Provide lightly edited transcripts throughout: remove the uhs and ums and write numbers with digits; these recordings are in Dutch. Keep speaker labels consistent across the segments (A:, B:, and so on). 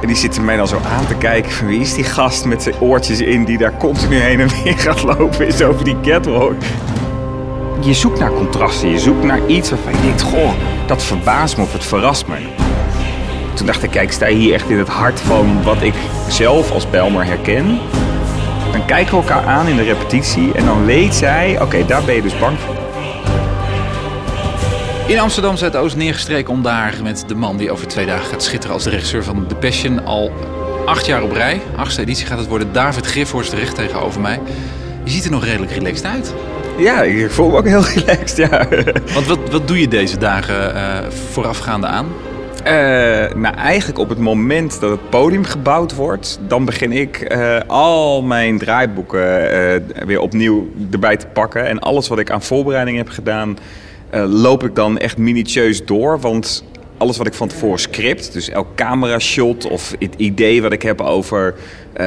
A: En die zitten mij dan zo aan te kijken van wie is die gast met zijn oortjes in die daar continu heen en weer gaat lopen is over die catwalk. Je zoekt naar contrasten, je zoekt naar iets waarvan je denkt, goh, dat verbaast me of het verrast me. Toen dacht ik, kijk, sta je hier echt in het hart van wat ik zelf als Bijlmer herken. Dan kijken we elkaar aan in de repetitie en dan weet zij, oké, daar ben je dus bang voor.
B: In Amsterdam Zuidoost neergestreken om daar met de man die over 2 dagen gaat schitteren als de regisseur van The Passion. Al 8 jaar op rij, 8e editie gaat het worden. David Griffhorst recht tegenover mij. Je ziet er nog redelijk relaxed uit.
A: Ja, ik voel me ook heel relaxed, ja.
B: Want wat doe je deze dagen voorafgaande aan?
A: Nou, eigenlijk op het moment dat het podium gebouwd wordt, dan begin ik al mijn draaiboeken weer opnieuw erbij te pakken. En alles wat ik aan voorbereiding heb gedaan, loop ik dan echt minutieus door. Want alles wat ik van tevoren script, dus elk camera-shot of het idee wat ik heb over,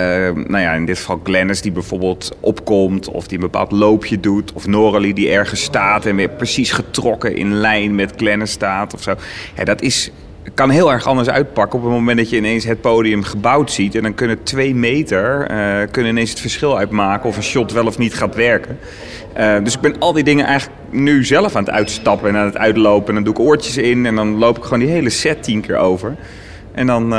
A: nou ja, in dit geval Glennis die bijvoorbeeld opkomt of die een bepaald loopje doet. Of Noralie die ergens staat en weer precies getrokken in lijn met Glennis staat of zo. Ja, dat kan heel erg anders uitpakken op het moment dat je ineens het podium gebouwd ziet. En dan kunnen 2 meter kunnen ineens het verschil uitmaken of een shot wel of niet gaat werken. Dus ik ben al die dingen eigenlijk nu zelf aan het uitstappen en aan het uitlopen. En dan doe ik oortjes in en dan loop ik gewoon die hele set 10 keer over. En dan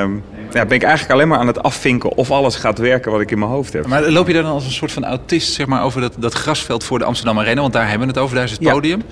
A: ben ik eigenlijk alleen maar aan het afvinken of alles gaat werken wat ik in mijn hoofd heb.
B: Maar loop je dan als een soort van autist zeg maar, over dat grasveld voor de Amsterdam Arena? Want daar hebben we het over, daar is het podium.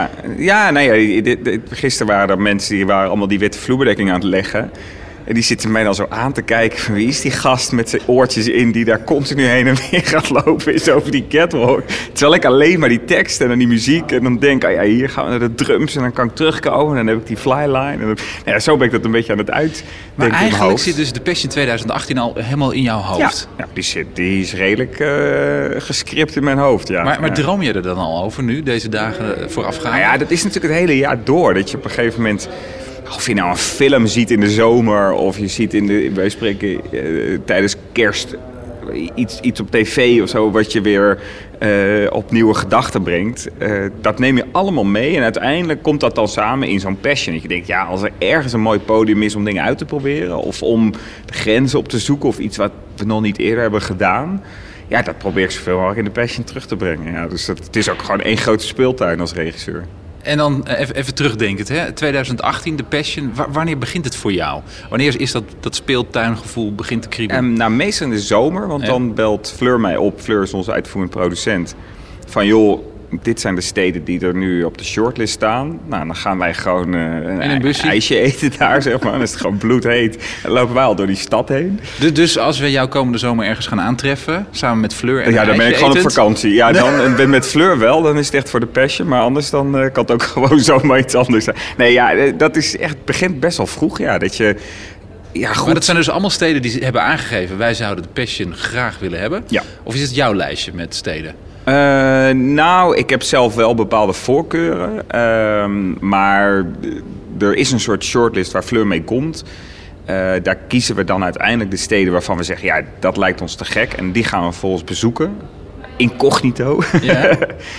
A: Ja, nou ja, gisteren waren er mensen die waren allemaal die witte vloerbedekking aan het leggen. En die zitten mij dan zo aan te kijken van wie is die gast met zijn oortjes in die daar continu heen en weer gaat lopen is over die catwalk. Terwijl ik alleen maar die tekst en dan die muziek en dan denk, oh ja, hier gaan we naar de drums en dan kan ik terugkomen en dan heb ik die flyline. En dan, ja, zo ben ik dat een beetje aan het uitdenken.
B: Maar eigenlijk zit dus de Passion 2018 al helemaal in jouw hoofd.
A: Ja, die is redelijk gescript in mijn hoofd, ja.
B: Maar droom je er dan al over nu, deze dagen voorafgaan?
A: Nou ja, dat is natuurlijk het hele jaar door, dat je op een gegeven moment, of je nou een film ziet in de zomer of je ziet wij spreken tijdens kerst iets op tv of zo wat je weer op nieuwe gedachten brengt. Dat neem je allemaal mee en uiteindelijk komt dat dan samen in zo'n passion. Dat je denkt, ja, als er ergens een mooi podium is om dingen uit te proberen of om de grenzen op te zoeken of iets wat we nog niet eerder hebben gedaan, ja, dat probeer ik zoveel mogelijk in de passion terug te brengen. Ja, dus het is ook gewoon één grote speeltuin als regisseur.
B: En dan even terugdenkend, hè? 2018, de Passion. Wanneer begint het voor jou? Wanneer is dat speeltuingevoel begint te kriebelen?
A: Nou, meestal in de zomer, want dan belt Fleur mij op. Fleur is onze uitvoerend producent. Van joh, dit zijn de steden die er nu op de shortlist staan. Nou, dan gaan wij gewoon een ijsje eten daar, zeg maar. Dan is het gewoon bloedheet. Dan lopen wij al door die stad heen.
B: Dus als we jou komende zomer ergens gaan aantreffen, samen met Fleur en
A: ja, dan ben ik gewoon op vakantie. Ja, dan ben met Fleur wel, dan is het echt voor de Passion. Maar anders dan kan het ook gewoon zomaar iets anders zijn. Nee, ja, dat is echt, begint best wel vroeg, ja. Dat je, ja, goed.
B: Maar dat zijn dus allemaal steden die hebben aangegeven, wij zouden de Passion graag willen hebben.
A: Ja.
B: Of is het jouw lijstje met steden?
A: Nou, ik heb zelf wel bepaalde voorkeuren. Maar er is een soort shortlist waar Fleur mee komt. Daar kiezen we dan uiteindelijk de steden waarvan we zeggen, ja, dat lijkt ons te gek. En die gaan we vervolgens bezoeken. Incognito. Ja.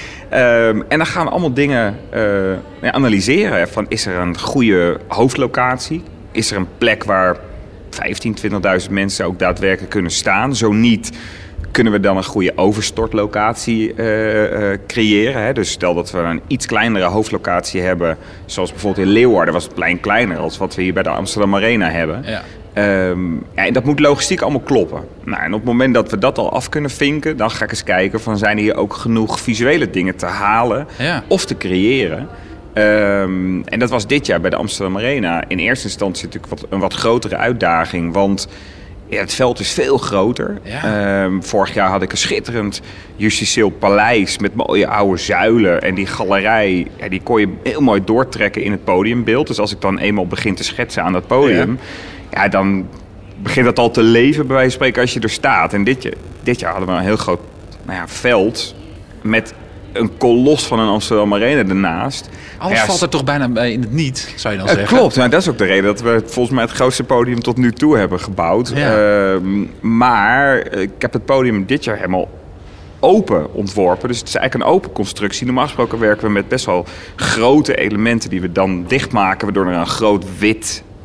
A: En dan gaan we allemaal dingen analyseren. Van, is er een goede hoofdlocatie? Is er een plek waar 15.000, 20.000 mensen ook daadwerkelijk kunnen staan? Zo niet, kunnen we dan een goede overstortlocatie creëren? Hè? Dus stel dat we een iets kleinere hoofdlocatie hebben, zoals bijvoorbeeld in Leeuwarden was het plein kleiner als wat we hier bij de Amsterdam Arena hebben. Ja. En dat moet logistiek allemaal kloppen. Nou, en op het moment dat we dat al af kunnen vinken, dan ga ik eens kijken van, zijn hier ook genoeg visuele dingen te halen of te creëren. En dat was dit jaar bij de Amsterdam Arena in eerste instantie natuurlijk een wat grotere uitdaging, want ja, het veld is veel groter. Ja. Vorig jaar had ik een schitterend justitieel paleis met mooie oude zuilen. En die galerij, ja, die kon je heel mooi doortrekken in het podiumbeeld. Dus als ik dan eenmaal begin te schetsen aan dat podium, ja, dan begint dat al te leven bij wijze van spreken als je er staat. En dit jaar hadden we een heel groot veld met een kolos van een Amsterdam Arena ernaast.
B: Alles valt er toch bijna bij in het niet, zou je dan zeggen?
A: Klopt, nou, dat is ook de reden dat we volgens mij het grootste podium tot nu toe hebben gebouwd. Ja. Maar ik heb het podium dit jaar helemaal open ontworpen. Dus het is eigenlijk een open constructie. Normaal gesproken werken we met best wel grote elementen die we dan dichtmaken, waardoor er een groot wit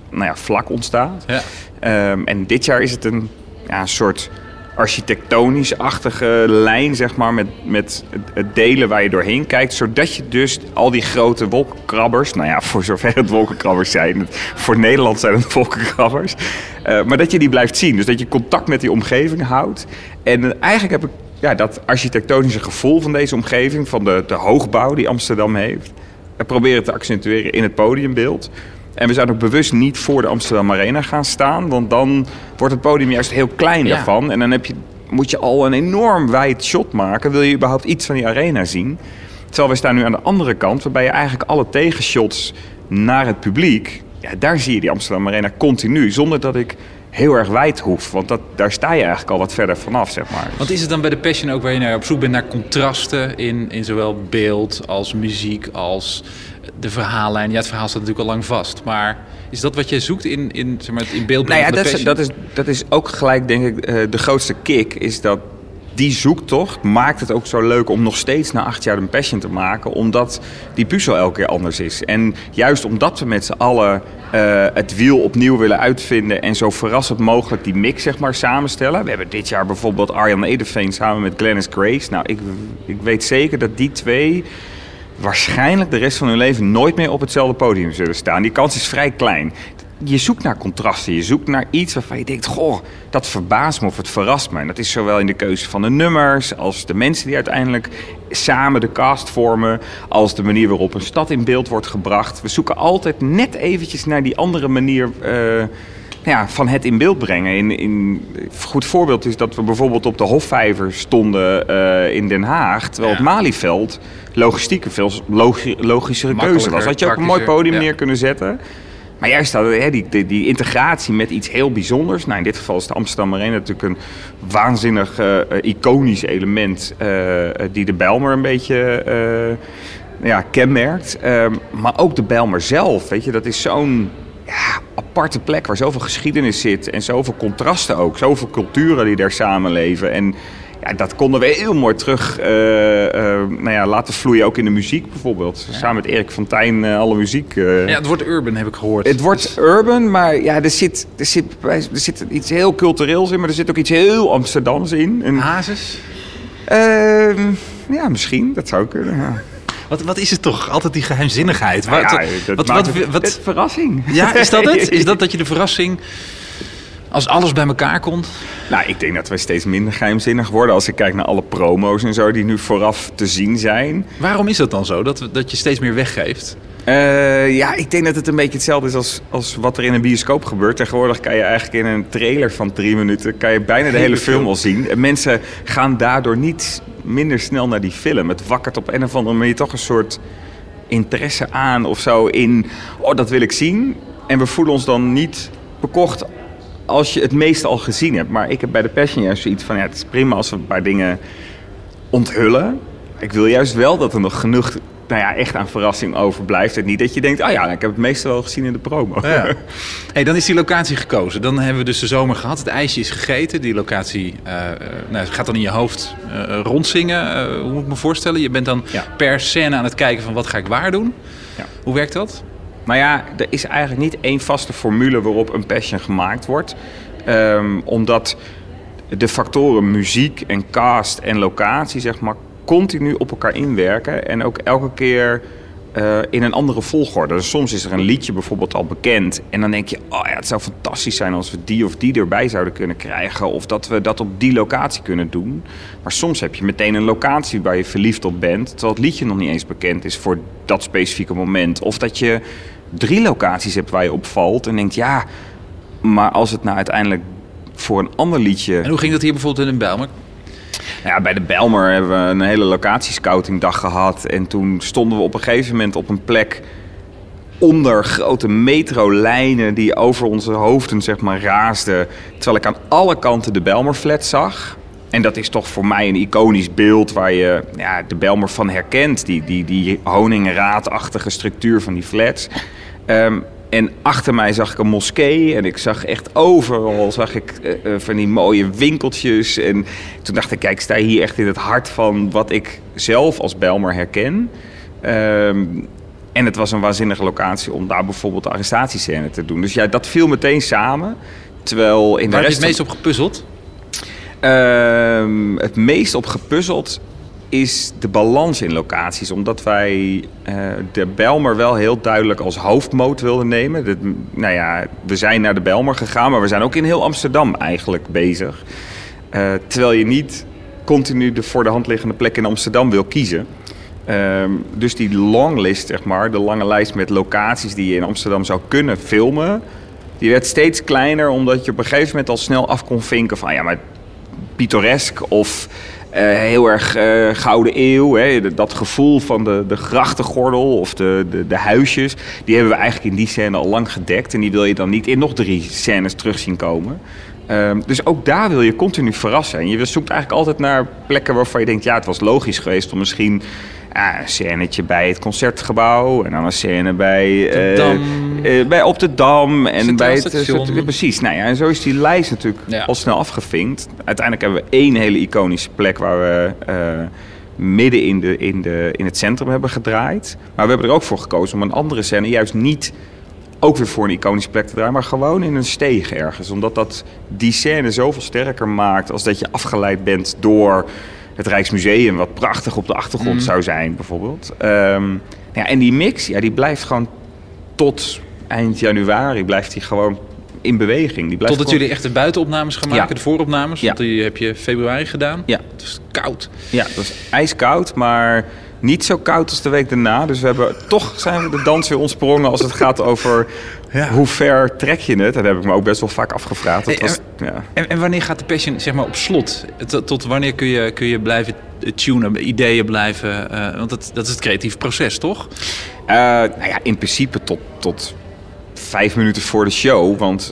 A: vlak ontstaat.
B: Ja.
A: En dit jaar is het een soort architectonisch-achtige lijn, zeg maar, met het delen waar je doorheen kijkt, zodat je dus al die grote wolkenkrabbers, voor zover het wolkenkrabbers zijn, voor Nederland zijn het wolkenkrabbers, maar dat je die blijft zien. Dus dat je contact met die omgeving houdt. En eigenlijk heb ik dat architectonische gevoel van deze omgeving, van de hoogbouw die Amsterdam heeft, proberen te accentueren in het podiumbeeld. En we zouden ook bewust niet voor de Amsterdam Arena gaan staan, want dan wordt het podium juist heel klein daarvan. En dan moet je al een enorm wijd shot maken, wil je überhaupt iets van die arena zien. Terwijl we staan nu aan de andere kant, waarbij je eigenlijk alle tegenshots naar het publiek, daar zie je die Amsterdam Arena continu, zonder dat ik heel erg wijd hoef. Want daar sta je eigenlijk al wat verder vanaf, zeg maar.
B: Want is het dan bij de Passion ook waar je op zoek bent naar contrasten in zowel beeld als muziek als de verhaallijn? Ja, het verhaal staat natuurlijk al lang vast. Maar is dat wat jij zoekt in beeldbrengen van de Passion?
A: Dat is ook gelijk, denk ik, de grootste kick. Is dat die zoektocht maakt het ook zo leuk om nog steeds na 8 jaar een Passion te maken. Omdat die puzzel elke keer anders is. En juist omdat we met z'n allen het wiel opnieuw willen uitvinden en zo verrassend mogelijk die mix, zeg maar, samenstellen. We hebben dit jaar bijvoorbeeld Arjan Edeveen samen met Glennis Grace. Nou, ik weet zeker dat die twee waarschijnlijk de rest van hun leven nooit meer op hetzelfde podium zullen staan. Die kans is vrij klein. Je zoekt naar contrasten, je zoekt naar iets waarvan je denkt, goh, dat verbaast me of het verrast me. En dat is zowel in de keuze van de nummers, als de mensen die uiteindelijk samen de cast vormen, als de manier waarop een stad in beeld wordt gebracht. We zoeken altijd net eventjes naar die andere manier van het in beeld brengen. Een goed voorbeeld is dat we bijvoorbeeld op de Hofvijver stonden in Den Haag, terwijl het Malieveld logistiek een veel logischere keuze was. Had je ook een mooi podium neer kunnen zetten. Maar juist die integratie met iets heel bijzonders. Nou, in dit geval is de Amsterdam Arena natuurlijk een waanzinnig iconisch element die de Bijlmer een beetje kenmerkt. Maar ook de Bijlmer zelf, weet je, dat is zo'n aparte plek waar zoveel geschiedenis zit en zoveel contrasten ook. Zoveel culturen die daar samenleven. En dat konden we heel mooi terug laten vloeien, ook in de muziek bijvoorbeeld. Ja. Samen met Erik van Tijn alle muziek.
B: Het wordt urban, heb ik gehoord.
A: Het wordt urban, maar er zit iets heel cultureels in, maar er zit ook iets heel Amsterdams in.
B: Hazes?
A: Misschien. Dat zou kunnen, ja.
B: Wat is het toch? Altijd die geheimzinnigheid.
A: Het verrassing.
B: Ja, is dat het? Is dat je de verrassing, als alles bij elkaar komt?
A: Nou, ik denk dat wij steeds minder geheimzinnig worden als ik kijk naar alle promo's en zo die nu vooraf te zien zijn.
B: Waarom is dat dan zo? Dat je steeds meer weggeeft?
A: Ik denk dat het een beetje hetzelfde is als wat er in een bioscoop gebeurt. Tegenwoordig kan je eigenlijk in een trailer van 3 minuten kan je bijna de hele film al zien. En mensen gaan daardoor niet minder snel naar die film. Het wakkert op een of andere manier toch een soort interesse aan of zo in, dat wil ik zien. En we voelen ons dan niet bekocht als je het meeste al gezien hebt. Maar ik heb bij de Passion juist zoiets van, het is prima als we een paar dingen onthullen. Ik wil juist wel dat er nog genoeg echt aan verrassing overblijft. En niet dat je denkt, ik heb het meeste wel gezien in de promo. Ja.
B: Hey, dan is die locatie gekozen. Dan hebben we dus de zomer gehad. Het ijsje is gegeten. Die locatie gaat dan in je hoofd rondzingen. Hoe moet ik me voorstellen? Je bent dan per scène aan het kijken van wat ga ik waar doen. Ja. Hoe werkt dat?
A: Nou ja, er is eigenlijk niet één vaste formule waarop een Passion gemaakt wordt. Omdat de factoren muziek en cast en locatie, zeg maar, continu op elkaar inwerken. En ook elke keer in een andere volgorde. Dus soms is er een liedje bijvoorbeeld al bekend. En dan denk je, het zou fantastisch zijn als we die of die erbij zouden kunnen krijgen. Of dat we dat op die locatie kunnen doen. Maar soms heb je meteen een locatie waar je verliefd op bent, terwijl het liedje nog niet eens bekend is voor dat specifieke moment. Of dat je 3 locaties hebt waar je op valt en denkt, maar als het nou uiteindelijk voor een ander liedje.
B: En hoe ging dat hier bijvoorbeeld in Bijlmer?
A: Ja, bij de Bijlmer hebben we een hele locatiescoutingdag gehad. En toen stonden we op een gegeven moment op een plek onder grote metrolijnen die over onze hoofden, zeg maar, raasden. Terwijl ik aan alle kanten de Bijlmerflat zag. En dat is toch voor mij een iconisch beeld waar je de Bijlmer van herkent. Die honingraadachtige structuur van die flats. En achter mij zag ik een moskee en ik zag echt overal van die mooie winkeltjes. En toen dacht ik, kijk, sta je hier echt in het hart van wat ik zelf als Bijlmer herken. En het was een waanzinnige locatie om daar bijvoorbeeld de arrestatiescène te doen. Dus ja, dat viel meteen samen. Terwijl in
B: Waar
A: de
B: heb
A: rest
B: je het meest op gepuzzeld?
A: Het meest op gepuzzeld is de balans in locaties. Omdat wij de Bijlmer wel heel duidelijk als hoofdmoot wilden nemen. We zijn naar de Bijlmer gegaan, maar we zijn ook in heel Amsterdam eigenlijk bezig. Terwijl je niet continu de voor de hand liggende plek in Amsterdam wil kiezen. Dus die longlist, zeg maar, de lange lijst met locaties die je in Amsterdam zou kunnen filmen, die werd steeds kleiner, omdat je op een gegeven moment al snel af kon vinken van ja, maar pittoresk of heel erg Gouden Eeuw. Hè, dat gevoel van de grachtengordel of de huisjes, die hebben we eigenlijk in die scène al lang gedekt. En die wil je dan niet in nog 3 scènes terug zien komen. Dus ook daar wil je continu verrassen. En je zoekt eigenlijk altijd naar plekken waarvan je denkt, ja, het was logisch geweest om misschien een scènetje bij het Concertgebouw en dan een scène bij op de Dam en bij het precies. Nou ja, en zo is die lijst natuurlijk al snel afgevinkt. Uiteindelijk hebben we 1 hele iconische plek waar we midden in het centrum hebben gedraaid. Maar we hebben er ook voor gekozen om een andere scène juist niet ook weer voor een iconische plek te draaien, maar gewoon in een steeg ergens. Omdat dat die scène zoveel sterker maakt als dat je afgeleid bent door het Rijksmuseum, wat prachtig op de achtergrond zou zijn, bijvoorbeeld. En die mix, die blijft gewoon tot eind januari blijft die gewoon in beweging.
B: Totdat jullie echt de buitenopnames gaan maken, de vooropnames?
A: Ja.
B: Want die heb je februari gedaan.
A: Ja.
B: Het was koud.
A: Ja, het was ijskoud, maar niet zo koud als de week daarna. Dus toch zijn we de dans weer ontsprongen als het gaat over hoe ver trek je het. Dat heb ik me ook best wel vaak afgevraagd.
B: En wanneer gaat de Passion, zeg maar, op slot? Tot wanneer kun je blijven tunen, ideeën blijven? Want dat is het creatieve proces, toch?
A: In principe tot 5 minuten voor de show. Want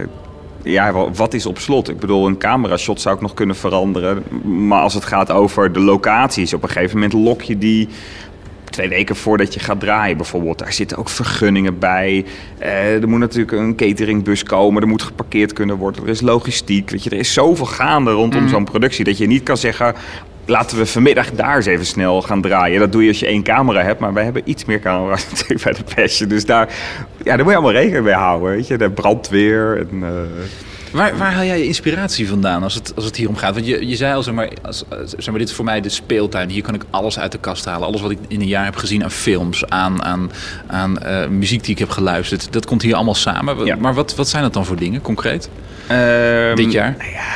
A: wat is op slot? Ik bedoel, een camerashot zou ik nog kunnen veranderen. Maar als het gaat over de locaties, op een gegeven moment lok je die 2 weken voordat je gaat draaien bijvoorbeeld. Daar zitten ook vergunningen bij. Er moet natuurlijk een cateringbus komen. Er moet geparkeerd kunnen worden. Er is logistiek. Weet je, er is zoveel gaande rondom zo'n productie dat je niet kan zeggen, laten we vanmiddag daar eens even snel gaan draaien. Dat doe je als je 1 camera hebt, maar wij hebben iets meer camera's natuurlijk bij de Passion. Dus daar moet je allemaal rekening mee houden. Weet je, de brandweer. En,
B: Waar haal jij je inspiratie vandaan als het hier om gaat? Want je zei al, dit is voor mij de speeltuin. Hier kan ik alles uit de kast halen. Alles wat ik in een jaar heb gezien aan films, aan muziek die ik heb geluisterd. Dat komt hier allemaal samen. Ja. Maar wat zijn dat dan voor dingen, concreet? Dit jaar?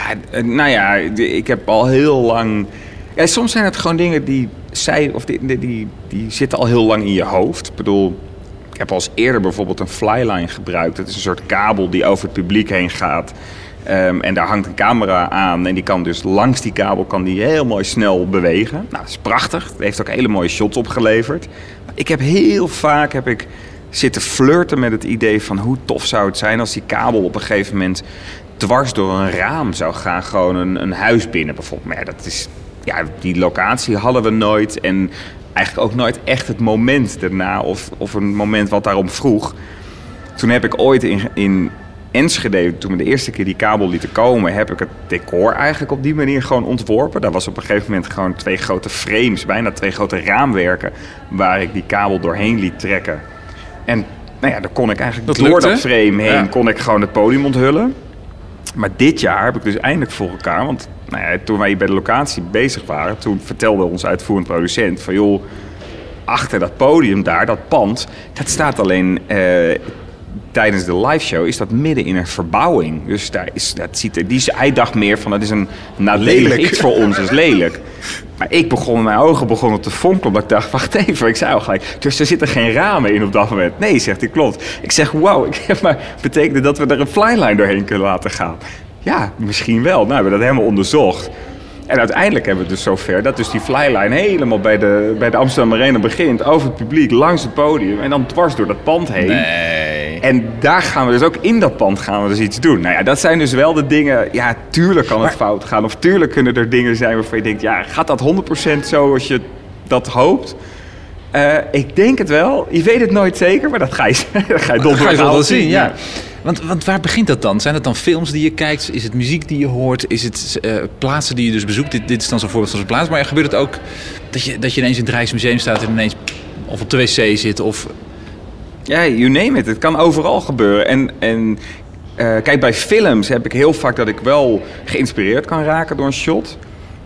A: Ik heb al heel lang. Ja, soms zijn het gewoon dingen die zitten al heel lang in je hoofd. Ik bedoel, ik heb al eens eerder bijvoorbeeld een flyline gebruikt. Dat is een soort kabel die over het publiek heen gaat. En daar hangt een camera aan. En die kan dus langs die kabel heel mooi snel bewegen. Nou, dat is prachtig. Het heeft ook hele mooie shots opgeleverd. Maar ik heb heel vaak zitten flirten met het idee van hoe tof zou het zijn als die kabel op een gegeven moment dwars door een raam zou gaan. Gewoon een huis binnen bijvoorbeeld. Maar die locatie hadden we nooit. En eigenlijk ook nooit echt het moment daarna of een moment wat daarom vroeg. Toen heb ik ooit in Enschede, toen we de eerste keer die kabel lieten komen, heb ik het decor eigenlijk op die manier gewoon ontworpen. Daar was op een gegeven moment gewoon 2 grote frames, bijna 2 grote raamwerken, waar ik die kabel doorheen liet trekken. En dan kon ik eigenlijk door dat frame heen kon ik gewoon het podium onthullen. Maar dit jaar heb ik dus eindelijk voor elkaar, want toen wij bij de locatie bezig waren, toen vertelde onze uitvoerend producent van joh, achter dat podium daar, dat pand, dat staat alleen tijdens de live show is dat midden in een verbouwing. Dus hij dacht meer van dat is een nadelig iets voor ons, is lelijk. Maar mijn ogen begonnen te fonkelen, omdat ik dacht, wacht even, ik zei al gelijk, dus er zitten geen ramen in op dat moment. Nee, zegt hij, klopt. Ik zeg, wauw, maar betekende dat we er een flyline doorheen kunnen laten gaan? Ja, misschien wel. Nou, we hebben dat helemaal onderzocht. En uiteindelijk hebben we het dus zover dat dus die flyline helemaal bij de Amsterdam Arena begint, over het publiek, langs het podium en dan dwars door dat pand heen.
B: Nee.
A: En daar gaan we dus ook in dat pand iets doen. Nou ja, dat zijn dus wel de dingen, ja, tuurlijk kan het fout gaan. Of tuurlijk kunnen er dingen zijn waarvan je denkt, ja, gaat dat 100% zo als je dat hoopt? Ik denk het wel. Je weet het nooit zeker, maar dat ga je
B: wel zien. Ja. Want waar begint dat dan? Zijn het dan films die je kijkt? Is het muziek die je hoort? Is het plaatsen die je dus bezoekt? Dit is dan zo'n voorbeeld van zo'n plaats. Maar gebeurt het ook dat je ineens in het Rijksmuseum staat en ineens Of op de wc zit of...
A: Ja, you name it. Het kan overal gebeuren. En kijk, bij films heb ik heel vaak dat ik wel geïnspireerd kan raken door een shot.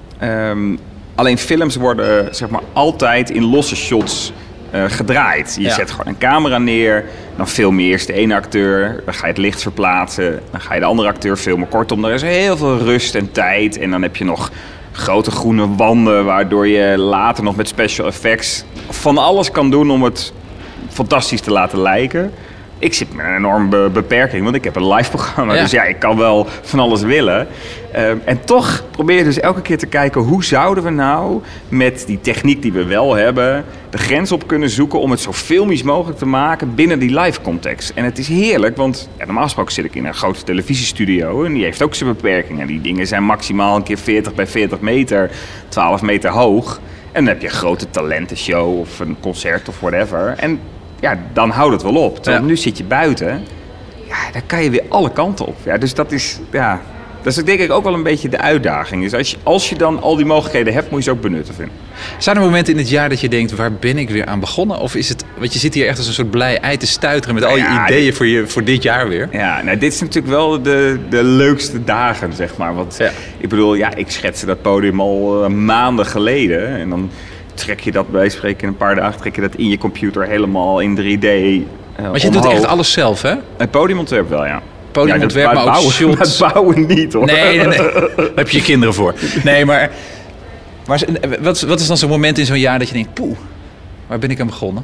A: Alleen films worden zeg maar altijd in losse shots gedraaid. Je zet gewoon een camera neer, dan film je eerst de ene acteur, dan ga je het licht verplaatsen, dan ga je de andere acteur filmen. Kortom, er is heel veel rust en tijd en dan heb je nog grote groene wanden, waardoor je later nog met special effects van alles kan doen om het fantastisch te laten lijken. Ik zit met een enorme beperking, want ik heb een live programma. Ja. Dus ja, ik kan wel van alles willen. En toch probeer je dus elke keer te kijken... hoe zouden we nou met die techniek die we wel hebben... de grens op kunnen zoeken om het zo filmisch mogelijk te maken... binnen die live context. En het is heerlijk, want normaal gesproken zit ik in een grote televisiestudio... en die heeft ook zijn beperkingen. Die dingen zijn maximaal een keer 40 bij 40 meter, 12 meter hoog. En dan heb je een grote talentenshow of een concert of whatever... En ja, dan houdt het wel op. Terwijl nu zit je buiten. Ja, dan kan je weer alle kanten op. Ja, dus dat is denk ik ook wel een beetje de uitdaging. Dus als je dan al die mogelijkheden hebt, moet je ze ook benutten, vind ik.
B: Zijn er momenten in het jaar dat je denkt, waar ben ik weer aan begonnen? Of is het, want je zit hier echt als een soort blij ei te stuiteren met al je ideeën voor dit jaar weer.
A: Ja, nou, dit is natuurlijk wel de leukste dagen, zeg maar. Want ik bedoel, ik schetste dat podium al maanden geleden. En dan trek je dat bij spreken in een paar dagen, trek je dat in je computer helemaal in 3D.
B: Want je doet echt alles zelf, hè?
A: Het podiumontwerp wel, ja.
B: Podiumontwerp, maar ook shots.
A: Het bouwen niet, hoor.
B: Nee. Daar heb je je kinderen voor. Nee, maar wat is dan zo'n moment in zo'n jaar dat je denkt... poeh, waar ben ik aan begonnen?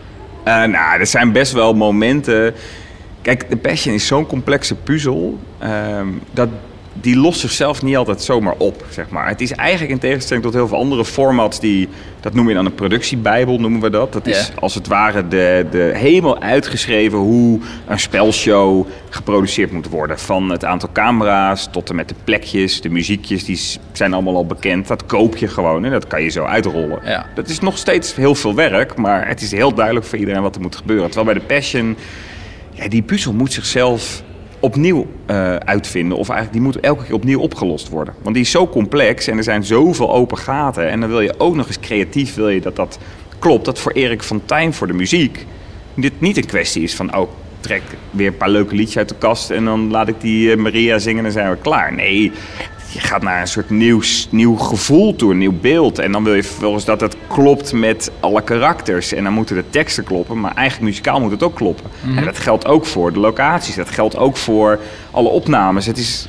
A: Er zijn best wel momenten... Kijk, The Passion is zo'n complexe puzzel... dat die lost zichzelf niet altijd zomaar op, zeg maar. Het is eigenlijk in tegenstelling tot heel veel andere formats dat noem je dan een productiebijbel, noemen we dat. Dat is als het ware de helemaal uitgeschreven hoe een spelshow geproduceerd moet worden. Van het aantal camera's tot en met de plekjes, de muziekjes, die zijn allemaal al bekend. Dat koop je gewoon en dat kan je zo uitrollen. Ja. Dat is nog steeds heel veel werk, maar het is heel duidelijk voor iedereen wat er moet gebeuren. Terwijl bij de Passion, die puzzel moet zichzelf opnieuw uitvinden. Of eigenlijk die moet elke keer opnieuw opgelost worden. Want die is zo complex en er zijn zoveel open gaten. En dan wil je ook nog eens creatief, wil je dat klopt. Dat voor Erik van Tijn voor de muziek dit niet een kwestie is van... trek weer een paar leuke liedjes uit de kast en dan laat ik die Maria zingen en dan zijn we klaar. Nee, je gaat naar een soort nieuw gevoel toe, een nieuw beeld. En dan wil je vervolgens dat het klopt met alle karakters. En dan moeten de teksten kloppen, maar eigenlijk muzikaal moet het ook kloppen. Mm-hmm. En dat geldt ook voor de locaties, dat geldt ook voor alle opnames. Het is...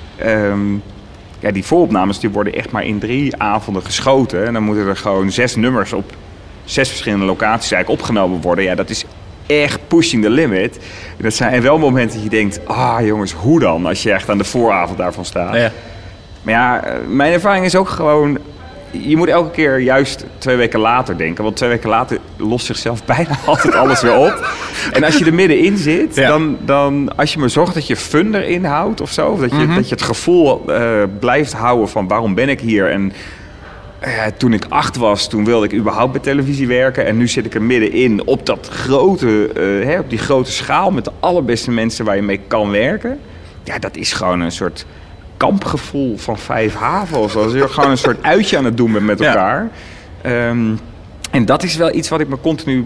A: die vooropnames die worden echt maar in 3 avonden geschoten. En dan moeten er gewoon 6 nummers op 6 verschillende locaties eigenlijk opgenomen worden. Ja, dat is echt pushing the limit. Dat zijn wel momenten dat je denkt... jongens, hoe dan? Als je echt aan de vooravond daarvan staat. Ja. Maar mijn ervaring is ook gewoon... Je moet elke keer juist 2 weken later denken. Want 2 weken later lost zichzelf bijna altijd alles weer op. En als je er middenin zit... Dan als je maar zorgt dat je fun erin houdt of zo... dat je het gevoel blijft houden van waarom ben ik hier... En toen ik 8 was, toen wilde ik überhaupt bij televisie werken. En nu zit ik er middenin op dat op die grote schaal... met de allerbeste mensen waar je mee kan werken. Ja, dat is gewoon een soort kampgevoel van 5 havens. Als je gewoon een soort uitje aan het doen bent met elkaar. Ja. En dat is wel iets wat ik me continu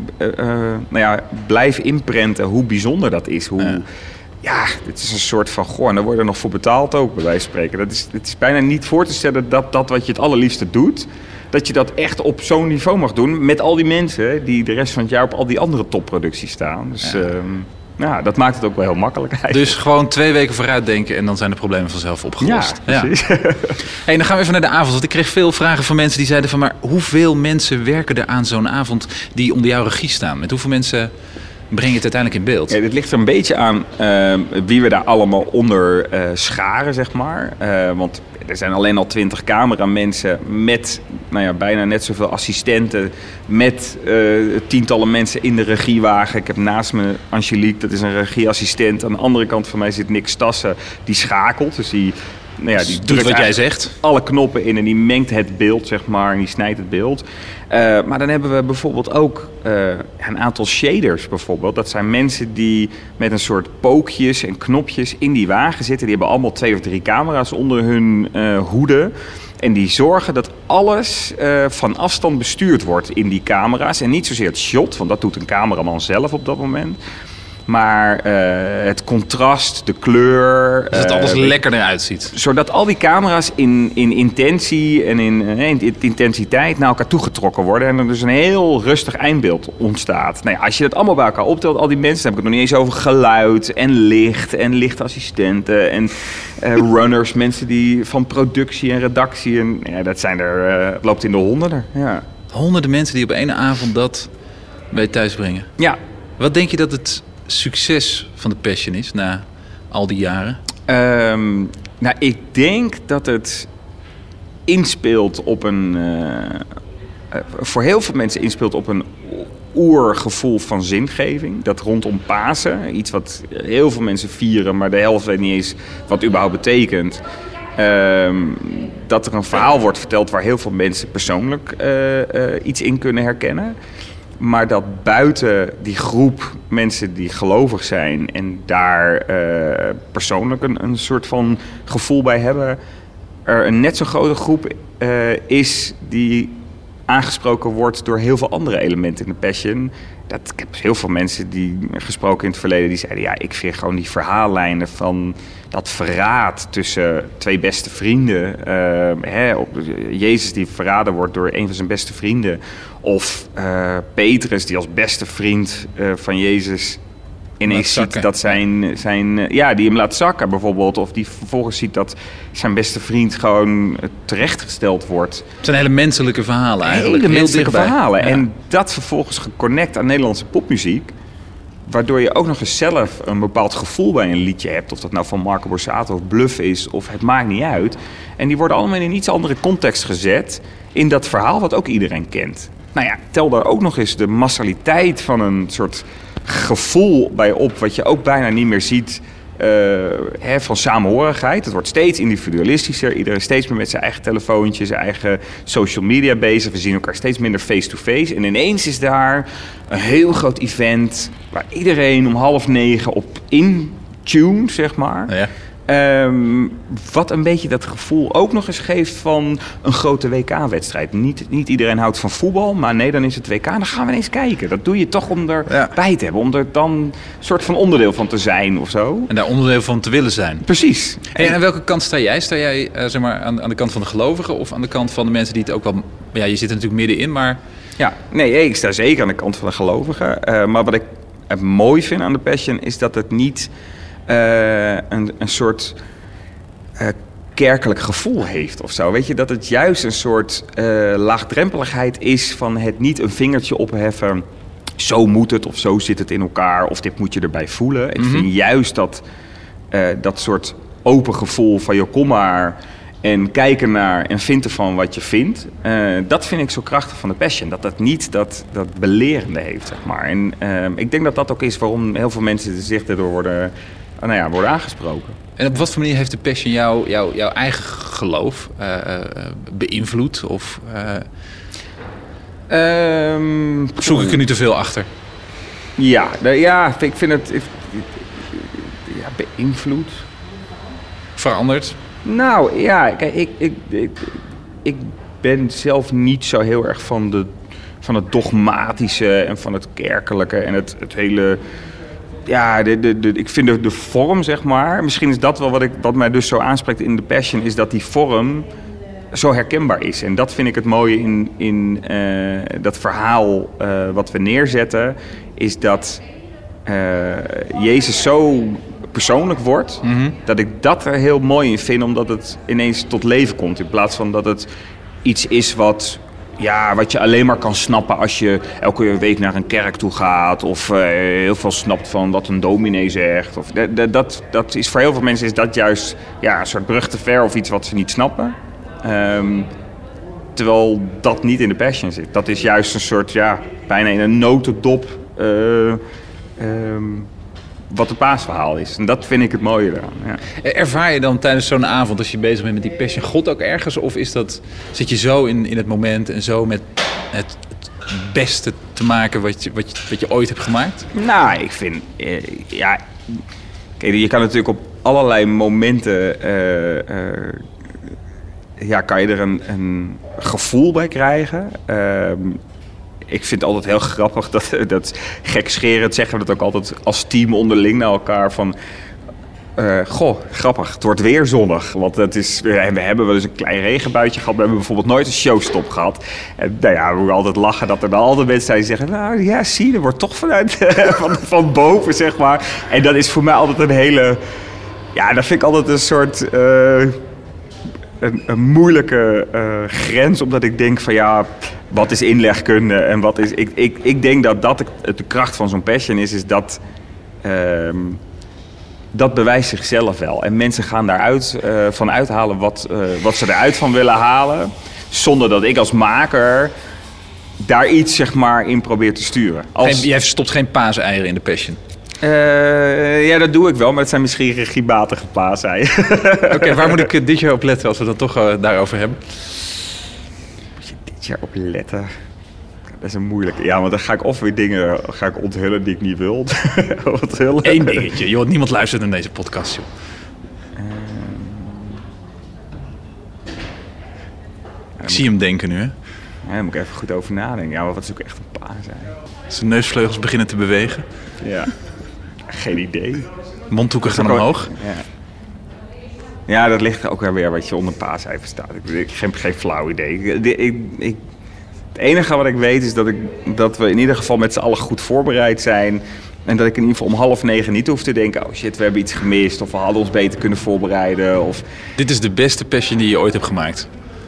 A: blijf inprenten. Hoe bijzonder dat is. Dit is een soort van... en daar wordt er nog voor betaald ook, bij wijze van spreken. Het is bijna niet voor te stellen dat wat je het allerliefste doet... dat je dat echt op zo'n niveau mag doen... met al die mensen die de rest van het jaar op al die andere topproducties staan. Dus dat maakt het ook wel heel makkelijk eigenlijk.
B: Dus gewoon 2 weken vooruit denken... en dan zijn de problemen vanzelf opgelost.
A: Ja, precies. Ja.
B: Hey, dan gaan we even naar de avond. Want ik kreeg veel vragen van mensen die zeiden van... maar hoeveel mensen werken er aan zo'n avond die onder jouw regie staan? Met hoeveel mensen... breng je het uiteindelijk in beeld?
A: Ja, dit ligt er een beetje aan wie we daar allemaal onder scharen, zeg maar. Want er zijn alleen al 20 cameramensen met bijna net zoveel assistenten. Met tientallen mensen in de regiewagen. Ik heb naast me Angelique, dat is een regieassistent. Aan de andere kant van mij zit Nick Stassen, die schakelt. Dus die
B: drukt wat jij zegt.
A: Alle knoppen in en die mengt het beeld, zeg maar. En die snijdt het beeld. Maar dan hebben we bijvoorbeeld ook een aantal shaders bijvoorbeeld. Dat zijn mensen die met een soort pookjes en knopjes in die wagen zitten. Die hebben allemaal 2 of 3 camera's onder hun hoede. En die zorgen dat alles van afstand bestuurd wordt in die camera's. En niet zozeer het shot, want dat doet een cameraman zelf op dat moment. Maar het contrast, de kleur...
B: Dus dat alles lekkerder uitziet.
A: Zodat al die camera's in intentie en in intensiteit naar elkaar toegetrokken worden. En er dus een heel rustig eindbeeld ontstaat. Nou ja, als je dat allemaal bij elkaar optelt, al die mensen... dan heb ik het nog niet eens over geluid en lichtassistenten en runners. Mensen die van productie en redactie. En, ja, dat zijn er, het loopt in de honderden. Ja.
B: Honderden mensen die op één avond dat bij je thuis brengen.
A: Ja.
B: Wat denk je dat het succes van de Passion is na al die jaren?
A: Nou, ik denk dat het inspeelt op een... voor heel veel mensen inspeelt op een oergevoel van zingeving. Dat rondom Pasen, iets wat heel veel mensen vieren, maar de helft weet niet eens wat het überhaupt betekent. Dat er een verhaal wordt verteld waar heel veel mensen persoonlijk iets in kunnen herkennen. Maar dat buiten die groep mensen die gelovig zijn en daar persoonlijk een soort van gevoel bij hebben, er een net zo grote groep is die aangesproken wordt door heel veel andere elementen in de Passion. Ik heb heel veel mensen die gesproken in het verleden die zeiden, ja, ik vind gewoon die verhaallijnen van dat verraad tussen twee beste vrienden. Jezus die verraden wordt door een van zijn beste vrienden. Of Petrus die als beste vriend van Jezus ineens ziet dat die hem laat zakken bijvoorbeeld. Of die vervolgens ziet dat zijn beste vriend gewoon terechtgesteld wordt.
B: Het zijn hele menselijke verhalen eigenlijk.
A: Hele menselijke verhalen.
B: Ja.
A: En dat vervolgens geconnect aan Nederlandse popmuziek. Waardoor je ook nog eens zelf een bepaald gevoel bij een liedje hebt. Of dat nou van Marco Borsato of Bluff is, of het maakt niet uit. En die worden allemaal in een iets andere context gezet in dat verhaal wat ook iedereen kent. Nou ja, tel daar ook nog eens de massaliteit van een soort gevoel bij op, wat je ook bijna niet meer ziet van samenhorigheid. Het wordt steeds individualistischer. Iedereen is steeds meer met zijn eigen telefoontje, zijn eigen social media bezig. We zien elkaar steeds minder face-to-face. En ineens is daar een heel groot event waar iedereen om 8:30 op in tune, zeg maar.
B: Ja.
A: Wat een beetje dat gevoel ook nog eens geeft van een grote WK-wedstrijd. Niet iedereen houdt van voetbal, maar nee, dan is het WK. Dan gaan we eens kijken. Dat doe je toch om erbij te hebben. Om er dan een soort van onderdeel van te zijn of zo.
B: En daar onderdeel van te willen zijn.
A: Precies.
B: En aan welke kant sta jij? Sta jij zeg maar aan de kant van de gelovigen of aan de kant van de mensen die het ook wel... Ja, je zit er natuurlijk middenin, maar...
A: Ja, nee, ik sta zeker aan de kant van de gelovigen. Maar wat ik mooi vind aan de Passion is dat het niet... een soort kerkelijk gevoel heeft of zo. Weet je, dat het juist een soort laagdrempeligheid is van het niet een vingertje opheffen. Zo moet het of zo zit het in elkaar of dit moet je erbij voelen. Ik vind juist dat soort open gevoel van joh, kom maar en kijk ernaar en vind ervan wat je vindt. Dat vind ik zo krachtig van de Passion. Dat niet dat belerende heeft, zeg maar. En ik denk dat dat ook is waarom heel veel mensen zich daardoor worden aangesproken. En
B: op wat voor manier heeft de Passion jouw eigen geloof beïnvloed? Of zoek ik er nu te veel achter?
A: Ja, ik vind het... beïnvloed.
B: Veranderd?
A: Nou, ja, kijk, ik ben zelf niet zo heel erg van het dogmatische en van het kerkelijke en het hele... Ja, ik vind de vorm, zeg maar... Misschien is dat wel wat mij dus zo aanspreekt in de Passion... is dat die vorm zo herkenbaar is. En dat vind ik het mooie in dat verhaal wat we neerzetten... is dat Jezus zo persoonlijk wordt... dat ik dat er heel mooi in vind... omdat het ineens tot leven komt... in plaats van dat het iets is wat je alleen maar kan snappen als je elke week naar een kerk toe gaat. Of heel veel snapt van wat een dominee zegt. Of dat is voor heel veel mensen is dat juist een soort brug te ver of iets wat ze niet snappen. Terwijl dat niet in de Passion zit. Dat is juist een soort, bijna in een notendop wat het paasverhaal is. En dat vind ik het mooie eraan. Ja.
B: Ervaar je dan tijdens zo'n avond, als je bezig bent met die Passion, God ook ergens? Of zit je zo in het moment en zo met het beste te maken wat je ooit hebt gemaakt?
A: Nou, ik vind... Kijk, je kan natuurlijk op allerlei momenten kan je er een gevoel bij krijgen. Ik vind het altijd heel grappig dat gekscherend zeggen we dat ook altijd als team onderling naar elkaar van... grappig, het wordt weer zonnig. Want we hebben wel eens een klein regenbuitje gehad. We hebben bijvoorbeeld nooit een showstop gehad. En we moeten altijd lachen dat er dan altijd mensen zijn die zeggen... nou ja, zie, er wordt toch vanuit van boven, zeg maar. En dat is voor mij altijd een hele... Ja, dat vind ik altijd een soort... Een moeilijke grens, omdat ik denk van wat is inlegkunde en wat is... Ik denk dat de kracht van zo'n passion is dat... dat bewijst zichzelf wel. En mensen gaan daaruit van uithalen wat ze eruit van willen halen. Zonder dat ik als maker daar iets zeg maar in probeer te sturen.
B: Jij stopt geen paaseieren in de passion?
A: Dat doe ik wel, maar het zijn misschien regiematige paaseieren.
B: Oké, waar moet ik dit jaar op letten als we dat toch daarover hebben?
A: Moet je dit jaar op letten? Dat is een moeilijke. Ja, want dan ga ik of weer dingen onthullen die ik niet wil.
B: Eén dingetje. Joh, niemand luistert naar deze podcast, joh. Ik zie hem denken nu, hè?
A: Ja, daar moet ik even goed over nadenken. Ja, maar wat is ook echt een paasei?
B: Zijn neusvleugels beginnen te bewegen.
A: Ja, geen idee.
B: Mondhoeken gaan omhoog.
A: Ja, dat ligt ook weer wat je onder paasei verstaat. Ik heb geen flauw idee. Het enige wat ik weet is dat we in ieder geval met z'n allen goed voorbereid zijn. En dat ik in ieder geval om 8:30 niet hoef te denken... oh shit, we hebben iets gemist of we hadden ons beter kunnen voorbereiden. Of...
B: Dit is de beste passion die je ooit hebt gemaakt?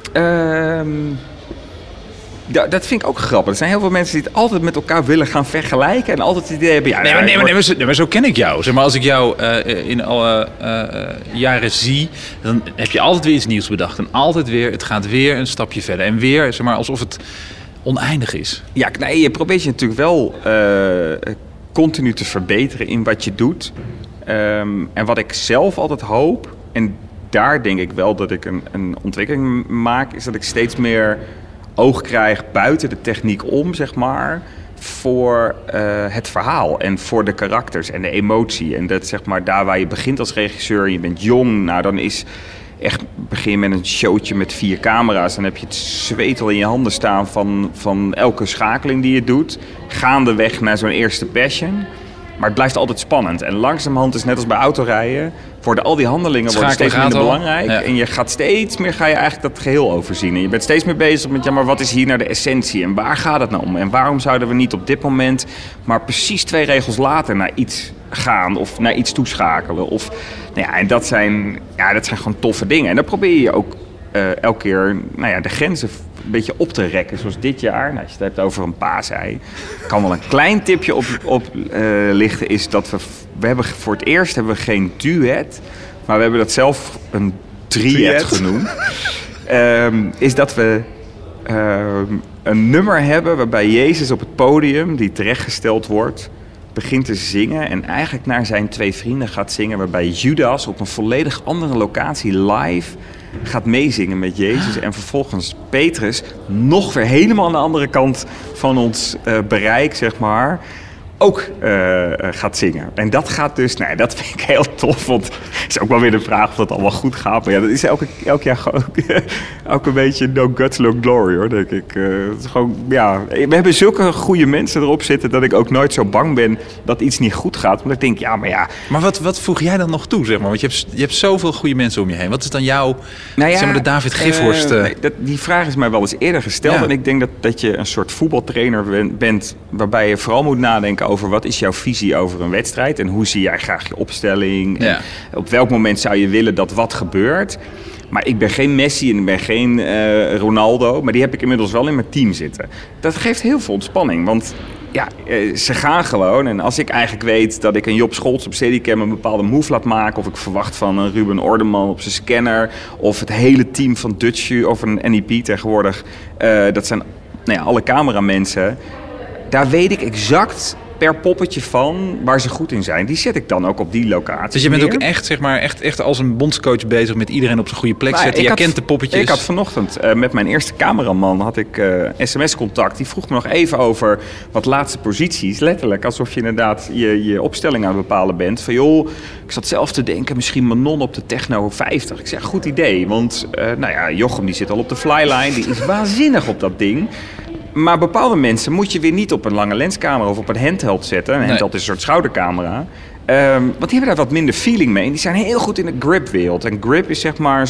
A: Dat vind ik ook grappig. Er zijn heel veel mensen die het altijd met elkaar willen gaan vergelijken... en altijd het idee hebben...
B: Nee, maar zo ken ik jou. Zeg maar, als ik jou in alle jaren zie... dan heb je altijd weer iets nieuws bedacht. En altijd weer, het gaat weer een stapje verder. En weer, zeg maar, alsof het oneindig is.
A: Ja, nee, je probeert je natuurlijk wel continu te verbeteren in wat je doet. En wat ik zelf altijd hoop... en daar denk ik wel dat ik een ontwikkeling maak... is dat ik steeds meer... oog krijg buiten de techniek om, zeg maar, voor het verhaal en voor de karakters en de emotie. En dat zeg maar daar waar je begint als regisseur en je bent jong, nou dan is echt, begin je met een showtje met 4 camera's, dan heb je het zweet al in je handen staan van elke schakeling die je doet, gaandeweg naar zo'n eerste passion. Maar het blijft altijd spannend. En langzamerhand is net als bij autorijden... worden al die handelingen steeds minder belangrijk. Ja. En je gaat steeds meer eigenlijk dat geheel overzien. En je bent steeds meer bezig met... maar wat is hier nou de essentie? En waar gaat het nou om? En waarom zouden we niet op dit moment... maar precies 2 regels later naar iets gaan... of naar iets toeschakelen? Of, en dat zijn gewoon toffe dingen. En dan probeer je ook elke keer de grenzen... een beetje op te rekken, zoals dit jaar. Nou, als je het hebt over een paasei. Kan wel een klein tipje op lichten, is dat we hebben voor het eerst hebben we geen duet, maar we hebben dat zelf een triet genoemd. Is dat we een nummer hebben waarbij Jezus op het podium, die terechtgesteld wordt, begint te zingen en eigenlijk naar zijn 2 vrienden gaat zingen, waarbij Judas op een volledig andere locatie live gaat meezingen met Jezus en vervolgens Petrus nog weer helemaal aan de andere kant van ons bereik, zeg maar, ook gaat zingen. En dat gaat dus, dat vind ik heel tof, want het is ook wel weer de vraag of dat allemaal goed gaat. Maar ja, dat is elk jaar ook een beetje no guts, no glory, hoor, denk ik. Het is gewoon, we hebben zulke goede mensen erop zitten dat ik ook nooit zo bang ben dat iets niet goed gaat. Want ik denk,
B: Maar wat voeg jij dan nog toe, zeg maar? Want je hebt zoveel goede mensen om je heen. Wat is dan jouw, zeg maar, de David Giffhorst?
A: Die vraag is mij wel eens eerder gesteld. Ja. En ik denk dat je een soort voetbaltrainer bent waarbij je vooral moet nadenken over wat is jouw visie over een wedstrijd en hoe zie jij graag je opstelling. Ja. En op welk moment zou je willen dat wat gebeurt. Maar ik ben geen Messi en ik ben geen Ronaldo, maar die heb ik inmiddels wel in mijn team zitten. Dat geeft heel veel ontspanning, want ze gaan gewoon. En als ik eigenlijk weet dat ik een Job Scholz op Steadicam een bepaalde move laat maken, of ik verwacht van een Ruben Ordeman op zijn scanner, of het hele team van Dutch of een NEP tegenwoordig, dat zijn alle cameramensen. Daar weet ik exact per poppetje van waar ze goed in zijn, die zet ik dan ook op die locatie.
B: Dus je bent
A: neer.
B: ook echt, zeg maar, echt als een bondscoach bezig met iedereen op zijn goede plek zetten. Je kent de poppetjes.
A: Ik had vanochtend met mijn eerste cameraman had ik sms-contact. Die vroeg me nog even over wat laatste posities. Letterlijk, alsof je inderdaad je opstelling aan het bepalen bent. Van joh, ik zat zelf te denken, misschien Manon op de Techno 50. Ik zeg, goed idee. Want Jochem die zit al op de Flyline. Die is waanzinnig op dat ding. Maar bepaalde mensen moet je weer niet op een lange lenscamera of op een handheld zetten. Een handheld is een soort schoudercamera. Want die hebben daar wat minder feeling mee. En die zijn heel goed in de grip-wereld. En grip is zeg maar een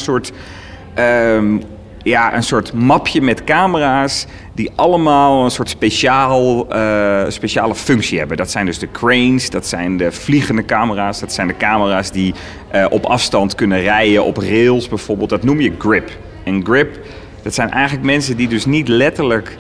A: soort mapje met camera's die allemaal een soort speciale functie hebben. Dat zijn dus de cranes, dat zijn de vliegende camera's, dat zijn de camera's die op afstand kunnen rijden, op rails bijvoorbeeld. Dat noem je grip. En grip, dat zijn eigenlijk mensen die dus niet letterlijk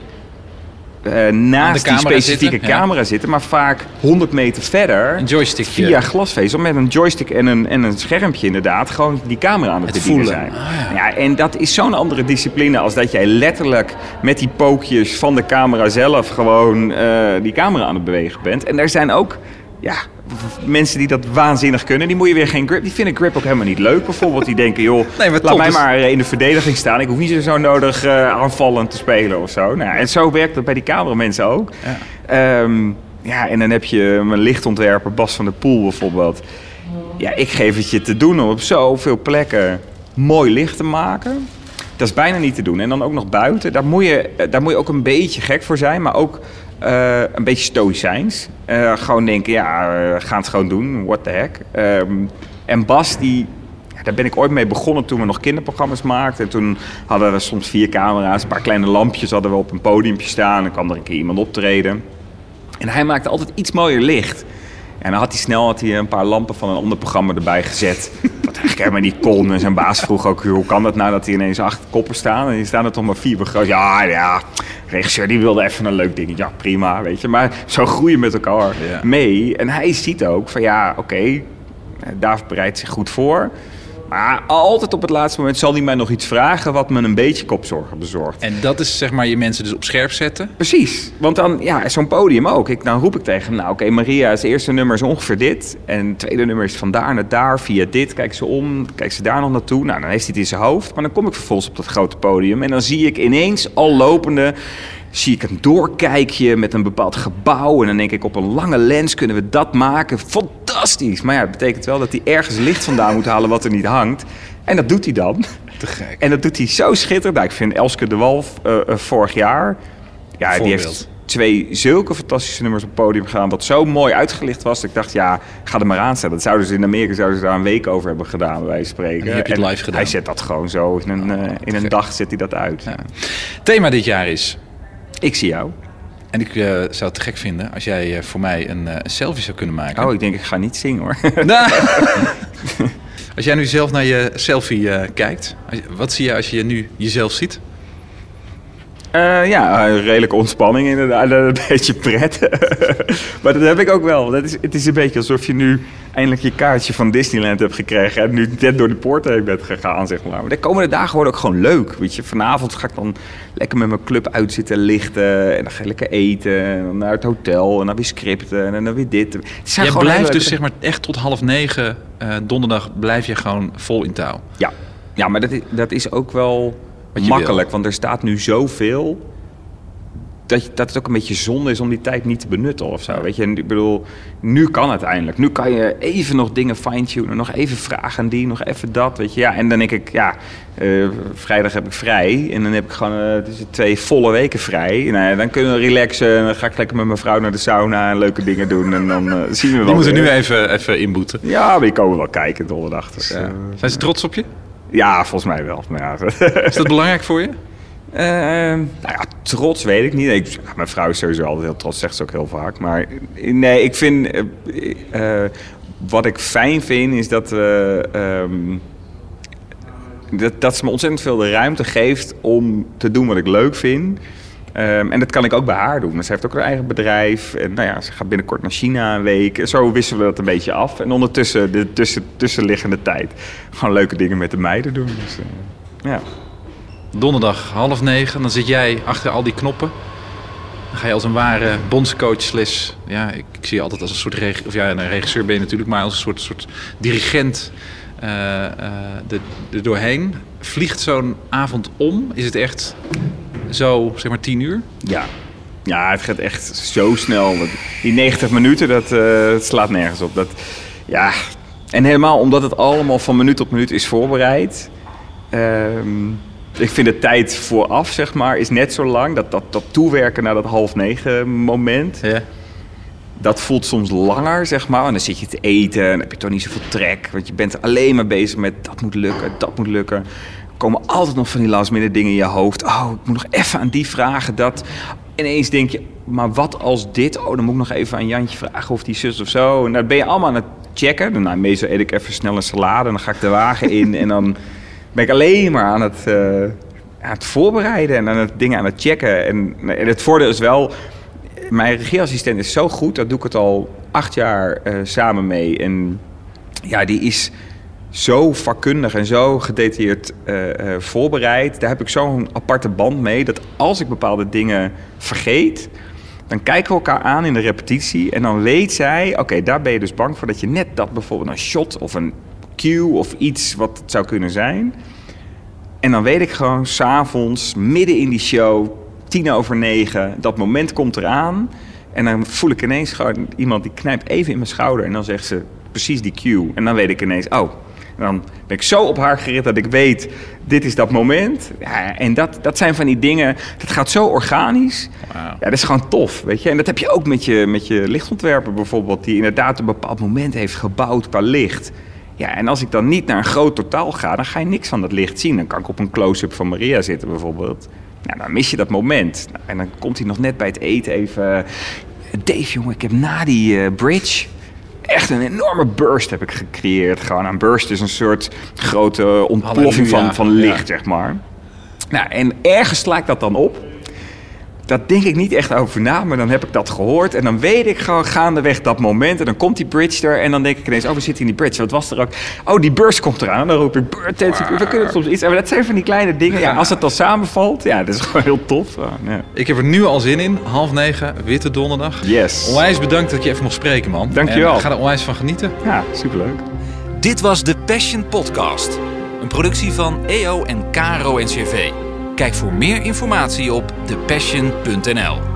A: naast die specifieke camera zitten, maar vaak 100 meter verder
B: een joystickje
A: via glasvezel met een joystick en een schermpje inderdaad gewoon die camera aan het bedienen zijn. Ja, en dat is zo'n andere discipline als dat jij letterlijk met die pookjes van de camera zelf gewoon die camera aan het bewegen bent. En er zijn ook mensen die dat waanzinnig kunnen, die moet je weer geen grip. Die vinden grip ook helemaal niet leuk. Bijvoorbeeld die denken, joh, laat mij maar in de verdediging staan. Ik hoef niet zo nodig aanvallend te spelen of zo. Nou, en zo werkt dat bij die cameramensen ook. Ja. En dan heb je mijn lichtontwerper Bas van der Poel bijvoorbeeld. Ja, ik geef het je te doen om op zoveel plekken mooi licht te maken. Dat is bijna niet te doen. En dan ook nog buiten. Daar moet je ook een beetje gek voor zijn, maar ook een beetje stoïcijns. Gewoon denken, gaan het gewoon doen. What the heck. En Bas, daar ben ik ooit mee begonnen toen we nog kinderprogramma's maakten. En toen hadden we soms 4 camera's, een paar kleine lampjes hadden we op een podiumpje staan. Dan kwam er een keer iemand optreden. En hij maakte altijd iets mooier licht. En dan had hij een paar lampen van een ander programma erbij gezet. Wat eigenlijk helemaal niet kon. En zijn baas vroeg ook, hoe kan dat nou dat hij ineens 8 koppen staan? En die staan er toch maar 4 begroot. Ja, regisseur die wilde even een leuk dingetje. Ja, prima, weet je. Maar zo groeien met elkaar mee. En hij ziet ook van oké, David bereidt zich goed voor. Maar altijd op het laatste moment zal hij mij nog iets vragen wat me een beetje kopzorgen bezorgt.
B: En dat is zeg maar je mensen dus op scherp zetten?
A: Precies. Want dan, zo'n podium ook. Dan roep ik tegen hem, oké, Maria, het eerste nummer is ongeveer dit. En het tweede nummer is van daar naar daar, via dit. Kijk ze om, kijk ze daar nog naartoe. Nou, dan heeft hij het in zijn hoofd. Maar dan kom ik vervolgens op dat grote podium. En dan zie ik ineens al lopende, zie ik een doorkijkje met een bepaald gebouw. En dan denk ik, op een lange lens kunnen we dat maken. Fantastisch. Maar het betekent wel dat hij ergens licht vandaan moet halen wat er niet hangt. En dat doet hij dan.
B: Te gek.
A: En dat doet hij zo schitterend. Nou, ik vind Elske de Wolf vorig jaar, die heeft 2 zulke fantastische nummers op het podium gedaan, wat zo mooi uitgelicht was. Ik dacht, ga er maar aan staan. Dat zouden ze in Amerika daar een week over hebben gedaan, bij wijze van spreken.
B: En nu heb je het live gedaan.
A: Hij zet dat gewoon zo. In een dag zet hij dat uit.
B: Ja. Thema dit jaar is:
A: ik zie jou.
B: En ik zou het te gek vinden als jij voor mij een selfie zou kunnen maken.
A: Oh, ik denk ik ga niet zingen hoor.
B: Als jij nu zelf naar je selfie kijkt, wat zie je als je nu jezelf ziet?
A: Een redelijke ontspanning inderdaad, een beetje pret. Maar dat heb ik ook wel. Het is een beetje alsof je nu eindelijk je kaartje van Disneyland hebt gekregen en nu net door de poort heen bent gegaan, zeg maar. Maar de komende dagen worden ook gewoon leuk, weet je. Vanavond ga ik dan lekker met mijn club uit zitten lichten en dan ga ik lekker eten en dan naar het hotel en dan weer scripten en dan weer dit.
B: Jij blijft dus zeg maar echt tot 8:30 donderdag blijf je gewoon vol in touw.
A: Ja, maar dat is ook wel makkelijk, want er staat nu zoveel dat het ook een beetje zonde is om die tijd niet te benutten of zo. Weet je, ik bedoel, nu kan het eindelijk. Nu kan je even nog dingen fine-tunen, nog even vragen aan die, nog even dat, weet je. Ja, en dan denk ik, vrijdag heb ik vrij en dan heb ik gewoon 2 volle weken vrij. Nou, dan kunnen we relaxen en dan ga ik lekker met mijn vrouw naar de sauna en leuke dingen doen en dan zien we wel.
B: Die moeten nu even inboeten.
A: Ja, maar die komen wel kijken donderdag. Dus,
B: zijn ze trots op je?
A: Ja, volgens mij wel. Maar
B: is dat belangrijk voor je?
A: Trots weet ik niet. Mijn vrouw is sowieso altijd heel trots, zegt ze ook heel vaak. Maar nee, ik vind... wat ik fijn vind, is dat dat ze me ontzettend veel de ruimte geeft om te doen wat ik leuk vind. En dat kan ik ook bij haar doen. Ze heeft ook haar eigen bedrijf. En ze gaat binnenkort naar China een week. Zo wisselen we dat een beetje af. En ondertussen, de tussenliggende tijd, gewoon leuke dingen met de meiden doen. Dus,
B: Donderdag 8:30, dan zit jij achter al die knoppen. Dan ga je als een ware bondscoach ik zie je altijd als een soort een regisseur ben je natuurlijk, maar als een soort dirigent er doorheen. Vliegt zo'n avond om? Is het echt zo, zeg maar 10 uur?
A: Ja, het gaat echt zo snel. Die 90 minuten, dat slaat nergens op. En helemaal omdat het allemaal van minuut op minuut is voorbereid. Ik vind de tijd vooraf, zeg maar, is net zo lang. Dat toewerken naar dat 8:30 moment. Ja. Dat voelt soms langer, zeg maar. En dan zit je te eten en dan heb je toch niet zoveel trek. Want je bent alleen maar bezig met dat moet lukken. Er komen altijd nog van die last minute dingen in je hoofd. Oh, ik moet nog even aan die vragen, dat. Ineens denk je, maar wat als dit? Oh, dan moet ik nog even aan Jantje vragen of die zus of zo. En dan ben je allemaal aan het checken. Nou, meestal eet ik even snel een salade en dan ga ik de wagen in. En dan ben ik alleen maar aan het voorbereiden en aan het dingen aan het checken. En het voordeel is wel, mijn regieassistent is zo goed. Daar doe ik het al 8 jaar samen mee. En ja, die is zo vakkundig en zo gedetailleerd voorbereid. Daar heb ik zo'n aparte band mee, dat als ik bepaalde dingen vergeet, dan kijken we elkaar aan in de repetitie en dan weet zij, oké, daar ben je dus bang voor dat je net dat bijvoorbeeld een shot of een cue of iets wat het zou kunnen zijn. En dan weet ik gewoon 's avonds midden in die show, 9:10, dat moment komt eraan en dan voel ik ineens gewoon iemand die knijpt even in mijn schouder en dan zegt ze precies die cue en dan weet ik ineens, oh. En dan ben ik zo op haar gericht dat ik weet, dit is dat moment. Ja, en dat zijn van die dingen, dat gaat zo organisch. Wow. Ja, dat is gewoon tof, weet je. En dat heb je ook met je lichtontwerper bijvoorbeeld, die inderdaad een bepaald moment heeft gebouwd qua licht. Ja, en als ik dan niet naar een groot totaal ga, dan ga je niks van dat licht zien. Dan kan ik op een close-up van Maria zitten bijvoorbeeld. Nou, dan mis je dat moment. Nou, en dan komt hij nog net bij het eten even. Dave, jongen, ik heb na die bridge echt een enorme burst heb ik gecreëerd. Gewoon een burst is een soort grote ontploffing van licht, zeg maar. Nou, en ergens sla ik dat dan op. Dat denk ik niet echt over na, maar dan heb ik dat gehoord. En dan weet ik gewoon gaandeweg dat moment. En dan komt die bridge er. En dan denk ik ineens, oh, we zitten in die bridge. Wat was er ook? Oh, die burst komt eraan. En dan roep ik, we kunnen soms iets. Maar dat zijn van die kleine dingen. Ja, als het dan samenvalt, ja, dat is gewoon heel tof. Ja.
B: Ik heb er nu al zin in. 8:30, Witte Donderdag.
A: Yes.
B: Onwijs bedankt dat je even mocht spreken, man.
A: Dankjewel.
B: En ga er onwijs van genieten.
A: Ja, superleuk.
C: Dit was de Passion Podcast. Een productie van EO en KRO NCRV. Kijk voor meer informatie op thepassion.nl.